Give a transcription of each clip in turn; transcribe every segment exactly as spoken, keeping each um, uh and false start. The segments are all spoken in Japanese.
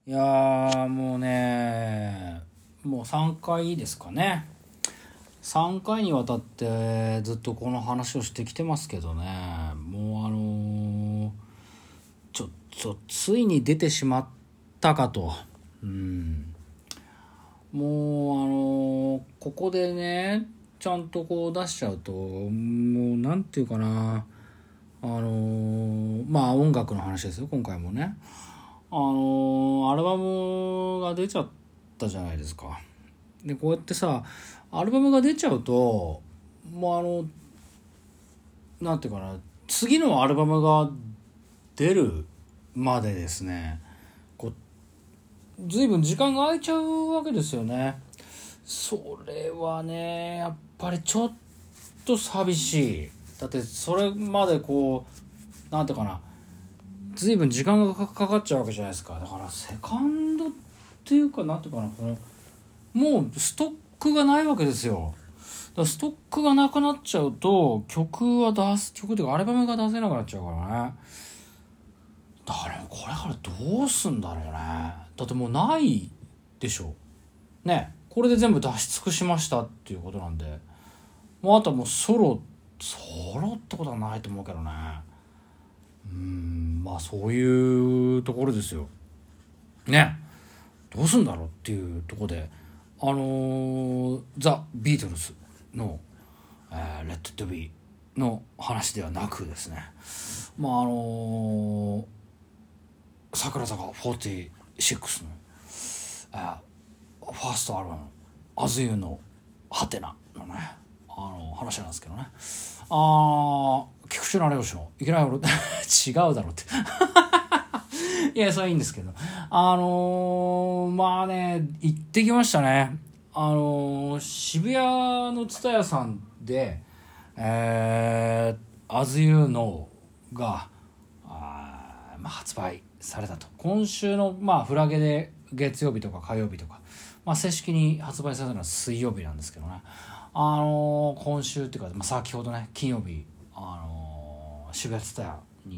いやーもうねもうさんかいですかね。さんかいにわたってずっとこの話をしてきてますけどね、もうあのー、ちょっとついに出てしまったかと。うんもうあのー、ここでねちゃんとこう出しちゃうと、もうなんていうかな、あのー、まあ音楽の話ですよ今回もね。あのー、アルバムが出ちゃったじゃないですか。でこうやってさアルバムが出ちゃうと、もうあのなんていうかな、次のアルバムが出るまでですね、こう随分時間が空いちゃうわけですよね。それはねやっぱりちょっと寂しい。だってそれまでこうなんていうかな、随分時間がかかっちゃうわけじゃないですか。だからセカンドっていうかなんていうかな、このもうストックがないわけですよ。だからストックがなくなっちゃうと曲は出す曲というかアルバムが出せなくなっちゃうからね。だからこれからどうすんだろうね。だってもうないでしょね。これで全部出し尽くしましたっていうことなんで、もうあとはもうソロソロってことはないと思うけどね。うーんまあそういうところですよね。どうすんだろうっていうところで、あのー、ザ・ビートルズの、えー、レッド・トゥ・ビーの話ではなくですね、まああのー、桜坂フォーティシックスの、えー、ファーストアルバム「As You Know ハテナ」のね、あのー、話なんですけどね。あー菊池成吉のいきなり俺違うだろうっていやそれはいいんですけど、あのー、まあね行ってきましたね。あのー、渋谷の蔦屋さんでえー、As You Know があ、まあ、発売されたと。今週の、まあ、フラゲで月曜日とか火曜日とか、まあ、正式に発売されたのは水曜日なんですけどね。あのー、今週っていうか、まあ、先ほどね金曜日、あのー、渋谷蔦屋に行って、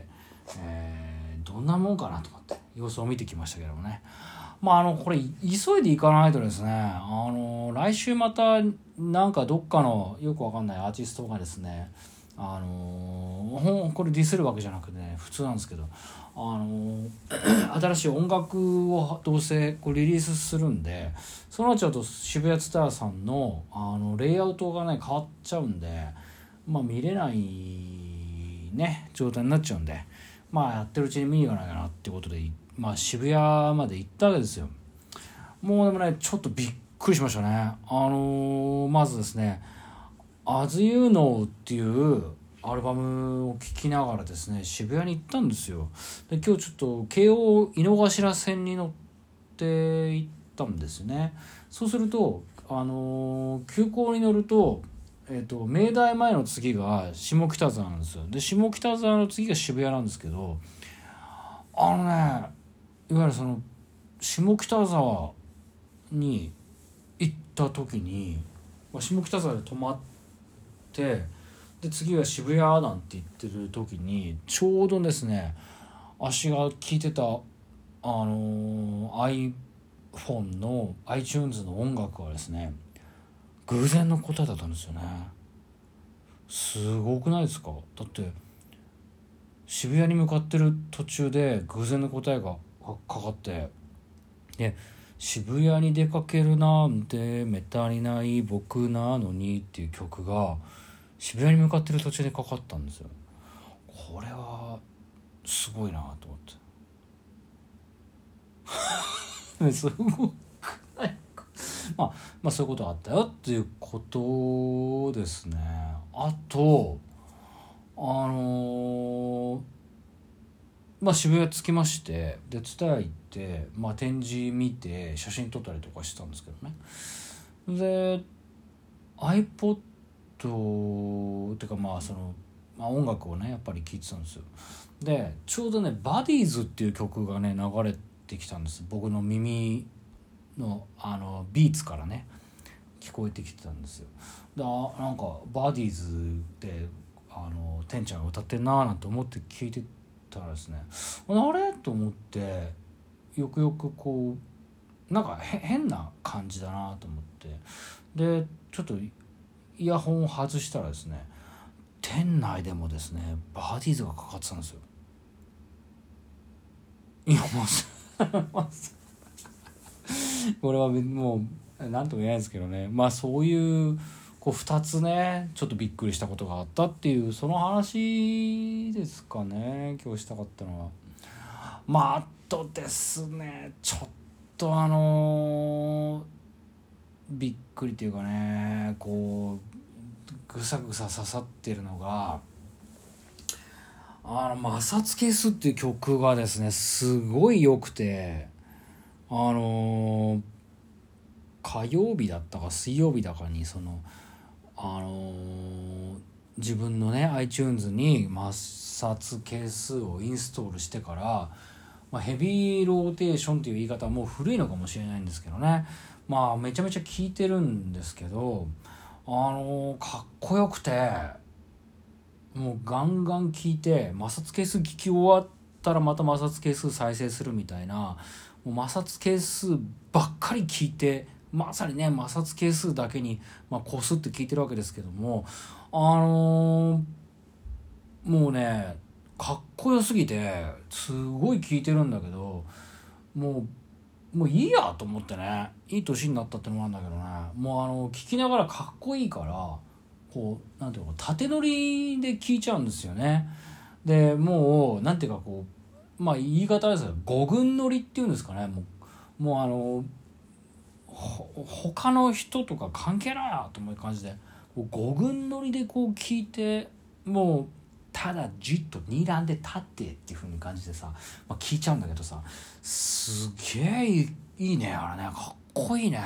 えー、どんなもんかなと思って様子を見てきましたけどもね。まああのこれ急いで行かないとですね、あの来週またなんかどっかのよくわかんないアーティストがですね、あのこれディスるわけじゃなくてね普通なんですけど、あの新しい音楽をどうせこうリリースするんで、そうなっちゃうと渋谷ツタヤさんのあのレイアウトがね変わっちゃうんで、まあ見れないね状態になっちゃうんで、まあやってるうちに見に行かないかなってことで、まあ渋谷まで行ったわけですよ。もうでもねちょっとびっくりしましたね。あのー、まずですね「As You Know」っていうアルバムを聴きながらですね渋谷に行ったんですよ。で今日ちょっと京王井の頭線に乗って行ったんですね。そうするとあのー、急行に乗るとえー、と明大前の次が下北沢なんですよ。で下北沢の次が渋谷なんですけど、あのねいわゆるその下北沢に行った時に下北沢で泊まって、で次は渋谷なんて言ってる時にちょうどですね足が聴いてたあのー、iPhone の iTunes の音楽はですね偶然の答えだったんですよね。すごくないですか。だって渋谷に向かってる途中で偶然の答えがかかって、で渋谷に出かけるなんてめったにない僕なのにっていう曲が渋谷に向かってる途中でかかったんですよ。これはすごいなと思ってすごくないかまあまあそういうことあったよっていうことですね。あとあのー、まあ渋谷着きまして、で蔦屋行って、まあ、展示見て写真撮ったりとかしてたんですけどね。で iPod っていうかまあその、まあ、音楽をねやっぱり聴いてたんですよ。でちょうどねバディーズっていう曲がね流れてきたんです。僕の耳のあのビーツからね聞こえてきてたんですよ。でなんかバディーズであのてんちゃんが歌ってんなーなんて思って聞いてたらですね、あれと思ってよくよくこうなんか変な感じだなと思って、でちょっとイヤホンを外したらですね、店内でもですねバーディーズがかかってたんですよ。いやもうこれはもう何とも言えないですけどね、まあそういうこうふたつねちょっとびっくりしたことがあったっていう、その話ですかね今日したかったのは。まああとですね、ちょっとあのー、びっくりというかね、こうぐさぐさ刺さってるのが、あの摩擦係数っていう曲がですねすごい良くて、あのー、火曜日だったか水曜日だかにそのあのー、自分のね iTunes に摩擦係数をインストールしてから、まあ、ヘビーローテーションっていう言い方はもう古いのかもしれないんですけどね、まあめちゃめちゃ聞いてるんですけど、あのー、かっこよくてもうガンガン聞いて、摩擦係数聞き終わったらまた摩擦係数再生するみたいな、もう摩擦係数ばっかり聞いて、まさにね摩擦係数だけに、まあ、こすって聞いてるわけですけども、あのー、もうねかっこよすぎてすごい聞いてるんだけど、もうもういいやと思ってね、いい年になったってのもあるんだけどね、もうあの聞きながらかっこいいからこうなんていうの縦乗りで聞いちゃうんですよね。でもうなんていうかこうまあ言い方ですけど五軍乗りっていうんですかね、もうもうあの他の人とか関係ないなと思う感じで五軍乗りでこう聞いて、もうただじっと睨んで立ってっていう風に感じでさ、まあ、聞いちゃうんだけどさ、すげえいいねあれね、かっこいいね、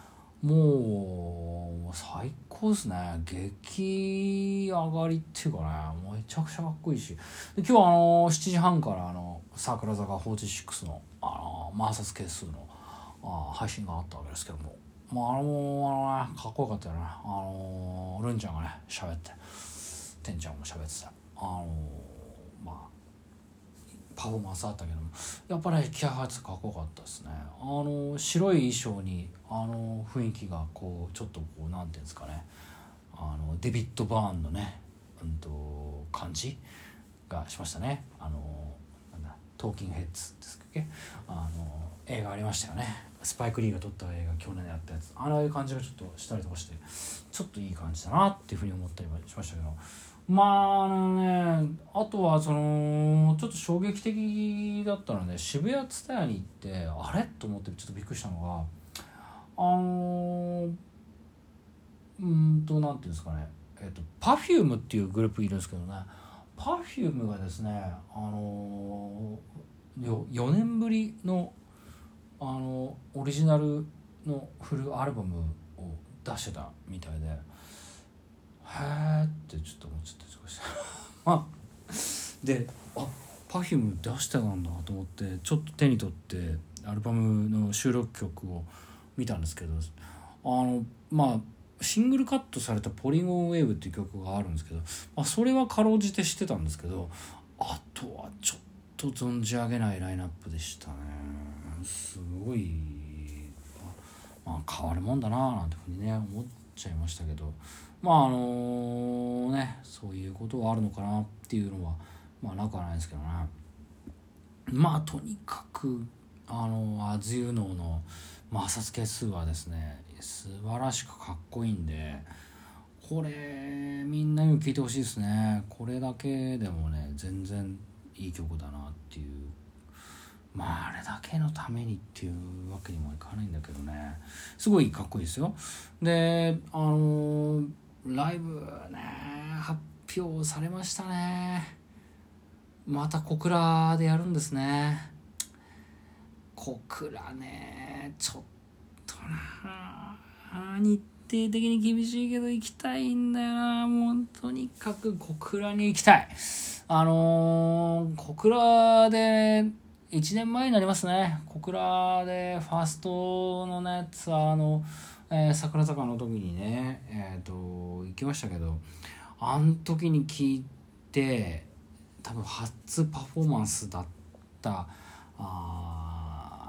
もう最高ですね、激上がりっていうかねめちゃくちゃかっこいいし、で今日はあのしちじはんからあの桜坂フォーティシックスのあの摩擦係数のあ配信があったわけですけども、まあ、あのあのねかっこよかったよね、あのルンちゃんがね喋って、てんちゃんも喋ってた、あのまあパフォーマンスあったけども、やっぱり気合入ってかっこよかったですね。あの白い衣装にあの雰囲気がこうちょっとこうなんていうんですかね、あのデビッド・バーンのね、うんと感じがしましたね。あのなんだトーキングヘッズですっけ、あの映画ありましたよね、スパイク・リーが撮った映画去年やったやつ、ああいう感じがちょっとしたりとかしてちょっといい感じだなっていうふうに思ったりしましたけど、まああのねあとはそのちょっと衝撃的だったので、渋谷ツタヤに行ってあれと思ってちょっとびっくりしたのが、あのうんとなんていうんですかね、えっと Perfume っていうグループいるんですけどね、Perfume がですねあのよよねんぶりのあのオリジナルのフルアルバムを出してたみたいで、へーってちょっと思っちゃったりとかしてまあであPerfume出してたんだと思ってちょっと手に取ってアルバムの収録曲を見たんですけど、あのまあシングルカットされたポリゴンウェーブっていう曲があるんですけど、まあ、それはかろうじて知ってたんですけど、あとはちょっと存じ上げないラインナップでしたね。すごい、まあ、変わるもんだななんてふうにね思っちゃいましたけど、まああのねそういうことはあるのかなっていうのはまあなくはないですけどね。まあとにかくあのアズユノーの摩擦係数はですね素晴らしくかっこいいんで、これみんなにも聴いてほしいですね。これだけでもね全然いい曲だなっていう、まああれだけのためにっていうわけにもいかないんだけどね、すごいかっこいいですよ。であのー、ライブね発表されましたね。また小倉でやるんですね。小倉ねちょっとな日程的に厳しいけど行きたいんだよな。もうとにかく小倉に行きたい。あのー、小倉でいちねんまえになりますね。小倉でファーストのねツアーの、えー、桜坂の時にねえっ、ー、と行きましたけど、あの時に聞いて多分初パフォーマンスだったあ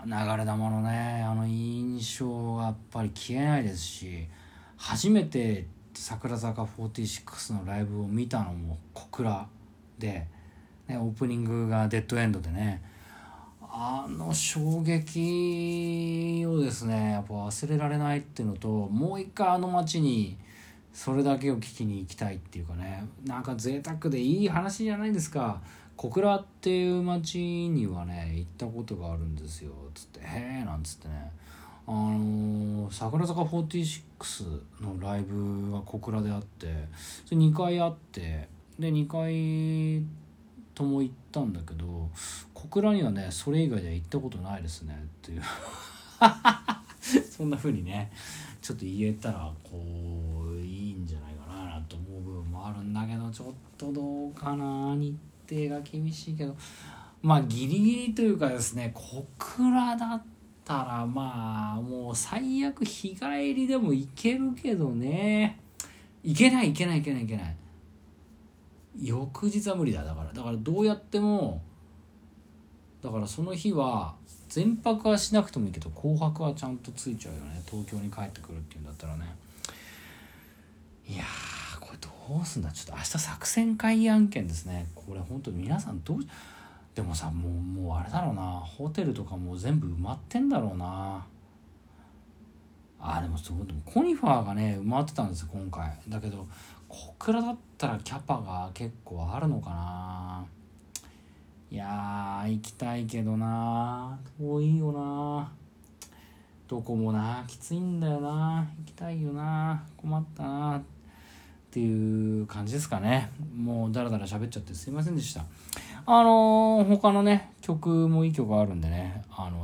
流れ弾のねあの印象がやっぱり消えないですし、初めて櫻坂フォーティーシックスのライブを見たのも小倉で、ね、オープニングがデッドエンドでね、あの衝撃をですねやっぱ忘れられないっていうのと、もう一回あの街にそれだけを聞きに行きたいっていうかね、なんか贅沢でいい話じゃないですか。小倉っていう町にはね行ったことがあるんですよつって、へえなんつってね、あのー、櫻坂フォーティーシックスのライブが小倉であって、それにかいあって、でにかいとも行ったんだけど、小倉にはねそれ以外では行ったことないですねっていうそんな風にねちょっと言えたらこういいんじゃないかなと思う部分もあるんだけど、ちょっとどうかな、日程が厳しいけど、まあギリギリというかですね、小倉だったらまあもう最悪日帰りでも行けるけどね、行けない行けない行けない行けない、翌日は無理だ。だからだからどうやっても、だからその日は全泊はしなくてもいいけど後泊はちゃんとついちゃうよね、東京に帰ってくるっていうんだったらね。いやーこれどうすんだ、ちょっと明日作戦会議案件ですね。これ本当に皆さんどう、でもさもうもうあれだろうな、ホテルとかもう全部埋まってんだろうな。あでもそうでもコニファーがね埋まってたんですよ今回。だけど小倉だったらキャパが結構あるのかな。いやー行きたいけどな、遠いよな、どこもな、きついんだよな、行きたいよな、困ったなっていう感じですかね。もうダラダラ喋っちゃってすいませんでした。あのー、他のね曲もいい曲あるんでね、あの